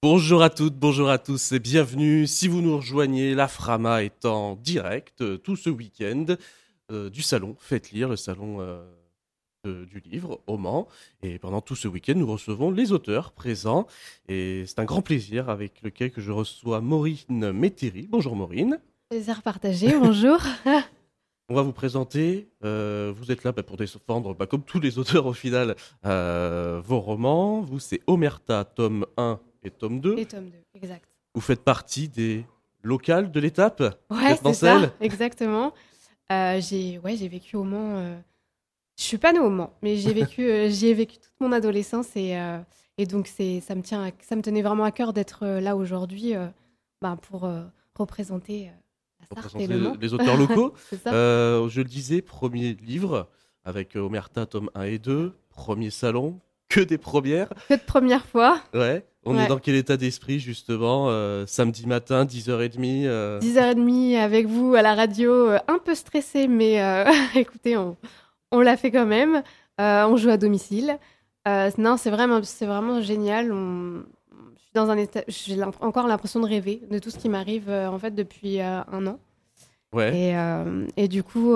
Bonjour à toutes, bonjour à tous et bienvenue. Si vous nous rejoignez, la Frama est en direct tout ce week-end du salon Faites Lire, le salon du livre au Mans. Et pendant tout ce week-end, nous recevons les auteurs présents. Et c'est un grand plaisir avec lequel que je reçois Maureen Métairie. Bonjour Maureen. Plaisir partagé, bonjour. On va vous présenter, vous êtes là pour défendre, comme tous les auteurs au final, vos romans. Vous, c'est Omerta, tome 1 et tome 2. Et tome 2, exact. Vous faites partie des locales de l'étape. Ouais, c'est ça, exactement. J'ai vécu au Mans. Je suis pas née au Mans, mais j'y ai vécu toute mon adolescence et donc ça me tenait vraiment à cœur d'être là aujourd'hui pour représenter la Sarthe et le Mans. Les auteurs locaux. C'est ça. Je le disais, premier livre avec Omerta, tome 1 et 2, premier salon, que des premières. Que de première fois. Ouais. On est dans quel état d'esprit justement samedi matin, 10h30 10h30 avec vous à la radio, un peu stressé, mais écoutez, on l'a fait quand même. On joue à domicile. Non, c'est vraiment génial. Je suis dans un état, j'ai encore l'impression de rêver de tout ce qui m'arrive en fait depuis un an. Ouais. Et du coup,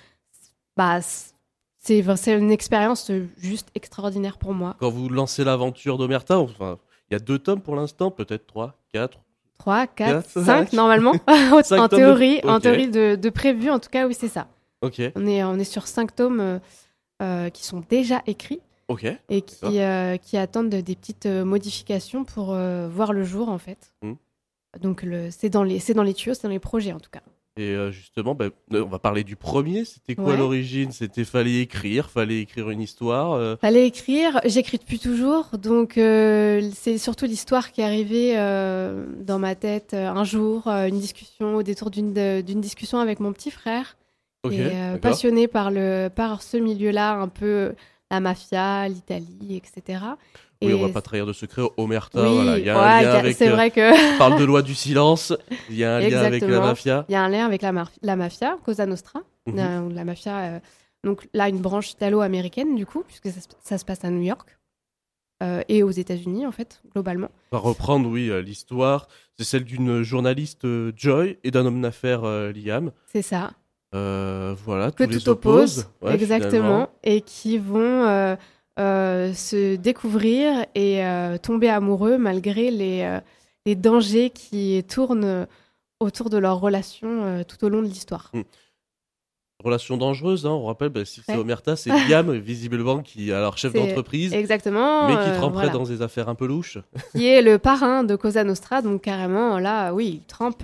c'est une expérience juste extraordinaire pour moi. Quand vous lancez l'aventure d'Omerta, enfin, il y a 2 tomes pour l'instant, peut-être 3, 4. 3, 4, 5 normalement, en théorie, en théorie de prévu, en tout cas, oui, c'est ça. Ok. On est sur 5 tomes qui sont déjà écrits et qui attendent des petites modifications pour voir le jour, en fait. Donc, c'est dans les tuyaux, c'est dans les projets, en tout cas. Et justement, on va parler du premier. C'était quoi l'origine ? Fallait écrire une histoire. Fallait écrire. J'écris depuis toujours, donc c'est surtout l'histoire qui est arrivée dans ma tête un jour, une discussion au détour d'une discussion avec mon petit frère, qui est passionné par ce milieu-là, un peu la mafia, l'Italie, etc. Oui, on va pas trahir de secret. Omerta, oui, voilà, il y a un lien avec. C'est vrai que. Parle de loi du silence. Il y a un lien avec la mafia. Il y a un lien avec la mafia, Cosa Nostra, la mafia. Donc là, une branche italo-américaine du coup, puisque ça se passe à New York et aux États-Unis en fait, globalement. On va reprendre, l'histoire. C'est celle d'une journaliste Joy et d'un homme d'affaires Liam. C'est ça. Voilà. Que tout oppose, exactement, finalement. Et qui vont se découvrir et tomber amoureux malgré les dangers qui tournent autour de leur relation tout au long de l'histoire. Relation dangereuse, hein, on rappelle, si c'est Omerta, c'est Liam, visiblement, qui est alors chef d'entreprise. Exactement. Mais qui tremperait dans des affaires un peu louches. Qui est le parrain de Cosa Nostra, donc carrément, là, oui, il trempe,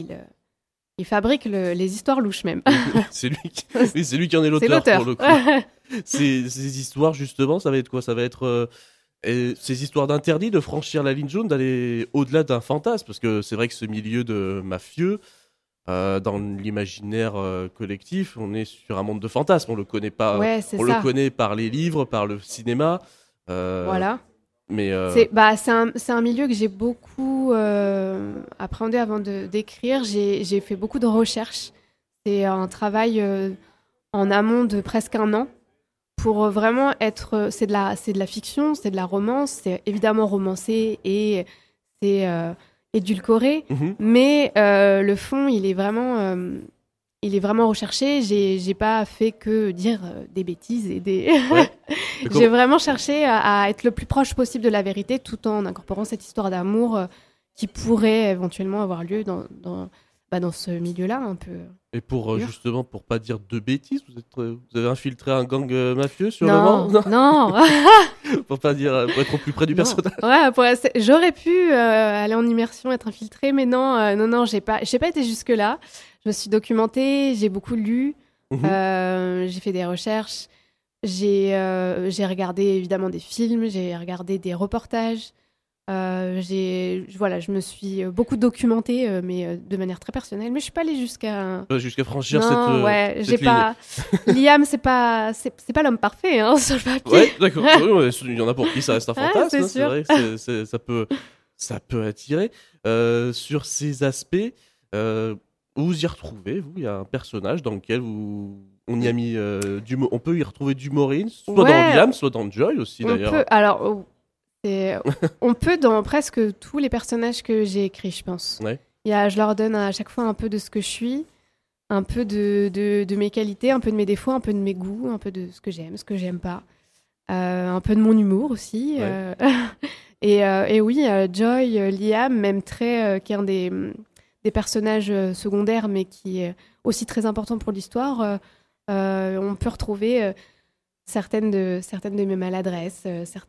il fabrique les histoires louches même. c'est lui qui en est l'auteur, pour le coup. Ces histoires, justement, ça va être quoi ? Ça va être ces histoires d'interdit, de franchir la ligne jaune, d'aller au-delà d'un fantasme. Parce que c'est vrai que ce milieu de mafieux, dans l'imaginaire collectif, on est sur un monde de fantasmes. On le connaît pas. Le connaît par les livres, par le cinéma. Voilà. Mais c'est un milieu que j'ai beaucoup appréhendé avant d'écrire. J'ai fait beaucoup de recherches. C'est un travail en amont de presque un an pour vraiment être. C'est de la fiction, c'est de la romance, c'est évidemment romancé et c'est édulcoré, mais le fond il est vraiment recherché. J'ai pas fait que dire des bêtises et des. J'ai vraiment cherché à être le plus proche possible de la vérité, tout en incorporant cette histoire d'amour qui pourrait éventuellement avoir lieu dans ce milieu-là un peu. Et justement, pour pas dire de bêtises, vous avez infiltré un gang mafieux sur le Mans ? Non. Pour pas dire, pour être au plus près du personnage. Ouais, j'aurais pu aller en immersion, être infiltrée, mais non, j'ai pas été jusque là. Je me suis documentée, j'ai beaucoup lu, j'ai fait des recherches, j'ai regardé évidemment des films, j'ai regardé des reportages. Je me suis beaucoup documentée, mais de manière très personnelle. Mais je suis pas allée jusqu'à franchir cette ligne. Liam, c'est pas l'homme parfait sur le papier. Ouais, d'accord. Il y en a pour qui ça reste un fantasme. C'est vrai que ça peut attirer. Sur ces aspects, vous y retrouvez. Il y a un personnage dans lequel on y a mis on peut y retrouver du Maureen, soit dans Liam, soit dans Joy aussi d'ailleurs. Alors. On peut dans presque tous les personnages que j'ai écrits, je pense. Ouais. Je leur donne à chaque fois un peu de ce que je suis, un peu de mes qualités, un peu de mes défauts, un peu de mes goûts, un peu de ce que j'aime pas. Un peu de mon humour aussi. Ouais. Et oui, Joy, Liam, même Trey, qui est un des personnages secondaires, mais qui est aussi très important pour l'histoire, on peut retrouver certaines de mes maladresses,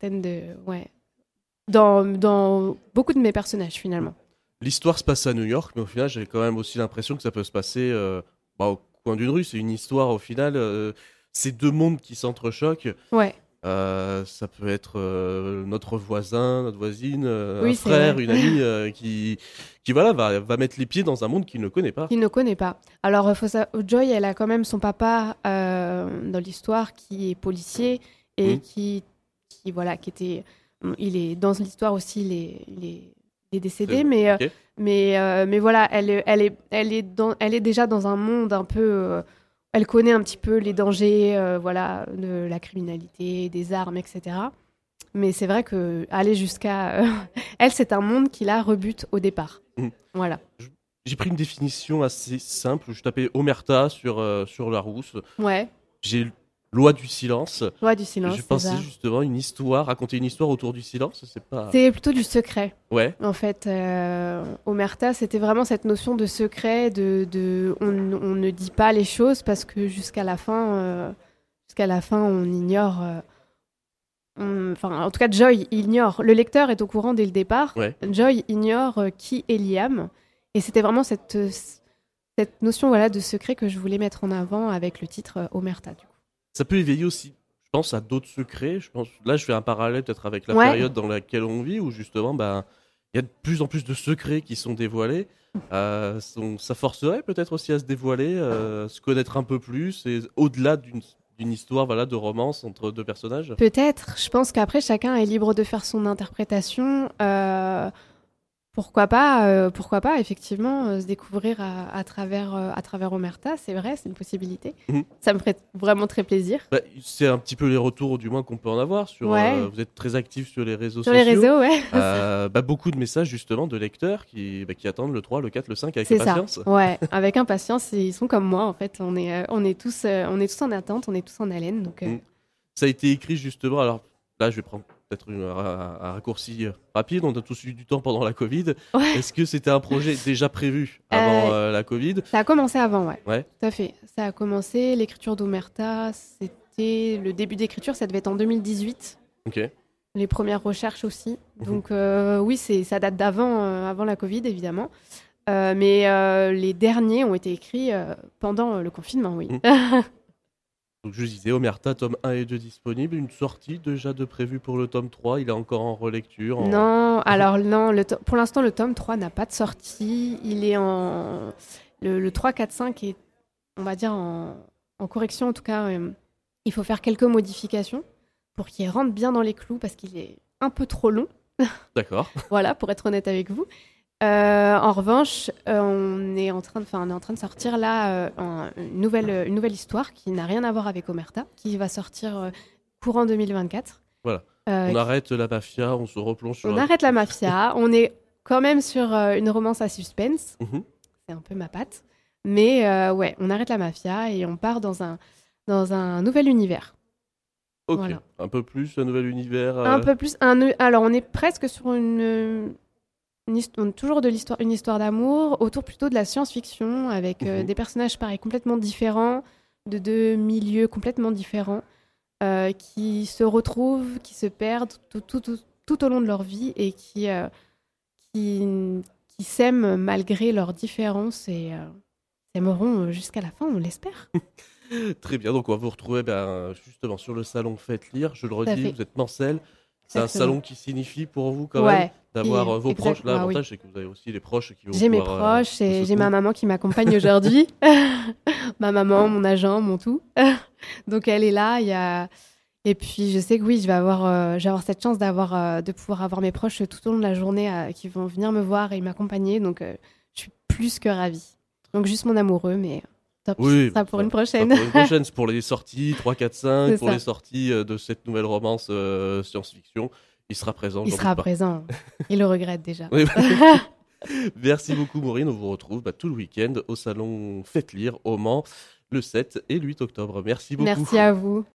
dans beaucoup de mes personnages finalement. L'histoire se passe à New York, mais au final, j'avais quand même aussi l'impression que ça peut se passer au coin d'une rue. C'est une histoire, au final, c'est deux mondes qui s'entrechoquent. Ouais. Ça peut être notre voisin, notre voisine, oui, un frère, vrai. une amie qui voilà, va mettre les pieds dans un monde qu'il ne connaît pas. Qu'il ne connaît pas. Alors, Joy, elle a quand même son papa dans l'histoire qui est policier et qui était... Il est dans l'histoire aussi, il est décédé, mais voilà, elle est déjà dans un monde un peu... elle connaît un petit peu les dangers de la criminalité, des armes, etc. Mais c'est vrai qu'aller jusqu'à... elle, c'est un monde qui la rebute au départ. Voilà. J'ai pris une définition assez simple. Je tapais Omerta sur Larousse. Ouais. J'ai Loi du silence. Loi du silence. Je pensais justement raconter une histoire autour du silence. C'est plutôt du secret. Ouais. En fait, Omerta, c'était vraiment cette notion de secret, on ne dit pas les choses parce que jusqu'à la fin, on ignore. En tout cas, Joy ignore. Le lecteur est au courant dès le départ. Ouais. Joy ignore qui est Liam. Et c'était vraiment cette notion de secret que je voulais mettre en avant avec le titre Omerta. Du coup. Ça peut éveiller aussi, je pense, à d'autres secrets. Là, je fais un parallèle peut-être avec la période dans laquelle on vit, où justement, il y a de plus en plus de secrets qui sont dévoilés. Ça forcerait peut-être aussi à se dévoiler, se connaître un peu plus, et au-delà d'une histoire de romance entre deux personnages. Peut-être. Je pense qu'après, chacun est libre de faire son interprétation. Pourquoi pas effectivement se découvrir à travers Omerta, c'est vrai, c'est une possibilité. Ça me ferait vraiment très plaisir. C'est un petit peu les retours du moins qu'on peut en avoir sur. Vous êtes très actifs sur les réseaux sociaux. Sur les réseaux, ouais. Beaucoup de messages justement de lecteurs qui attendent le 3, le 4, le 5 avec impatience. Ça. Ouais, avec impatience. Ils sont comme moi en fait. On est tous en attente, on est tous en haleine. Donc. Ça a été écrit justement. Alors là, je vais prendre peut-être un raccourci rapide. On a tous eu du temps pendant la Covid. Ouais. Est-ce que c'était un projet déjà prévu avant la Covid ? Ça a commencé avant, ouais. Ouais. Tout à fait. Ça a commencé. L'écriture d'Omerta, c'était le début d'écriture. Ça devait être en 2018. Ok. Les premières recherches aussi. Donc oui, ça date avant la Covid, évidemment. Mais les derniers ont été écrits pendant le confinement, oui. Donc je disais, Omerta, tome 1 et 2 disponibles. Une sortie déjà de prévue pour le tome 3. Il est encore en relecture. Non, alors non. Pour l'instant, le tome 3 n'a pas de sortie. Il est en... Le 3, 4, 5 est, on va dire, en correction. En tout cas, il faut faire quelques modifications pour qu'il rentre bien dans les clous parce qu'il est un peu trop long. D'accord. Voilà, pour être honnête avec vous. En revanche, on est en train de sortir là une nouvelle histoire qui n'a rien à voir avec Omerta, qui va sortir courant 2024. Voilà. On arrête la mafia, on se replonge sur... On arrête la mafia, on est quand même sur une romance à suspense. C'est un peu ma patte. Mais ouais, on arrête la mafia et on part dans un nouvel univers. Ok, voilà. Un peu plus, un nouvel univers... Un peu plus. Alors, on est presque sur toujours une histoire d'amour, autour plutôt de la science-fiction, avec des personnages pareils, complètement différents, de deux milieux complètement différents, qui se retrouvent, qui se perdent tout au long de leur vie et qui s'aiment malgré leurs différences et s'aimeront jusqu'à la fin, on l'espère. Très bien, donc on va vous retrouver justement sur le salon Faites Lire. Je le redis, vous êtes Morcel. C'est un salon qui signifie pour vous quand même d'avoir vos proches. Là, l'avantage, c'est que vous avez aussi les proches qui vont J'ai mes proches et j'ai ma maman qui m'accompagne aujourd'hui. Ma maman, mon agent, mon tout. Donc elle est là. Et puis je sais que oui, je vais avoir cette chance de pouvoir avoir mes proches tout au long de la journée qui vont venir me voir et m'accompagner. Donc je suis plus que ravie. Donc juste mon amoureux, mais... Top. Oui, ça pour une prochaine. Pour une prochaine, c'est pour les sorties 3, 4, 5, pour les sorties de cette nouvelle romance science-fiction. Il sera présent. Il sera présent. Il le regrette déjà. Oui, merci beaucoup Maureen, on vous retrouve tout le week-end au salon Faites Lire au Mans le 7 et le 8 octobre. Merci beaucoup. Merci à vous.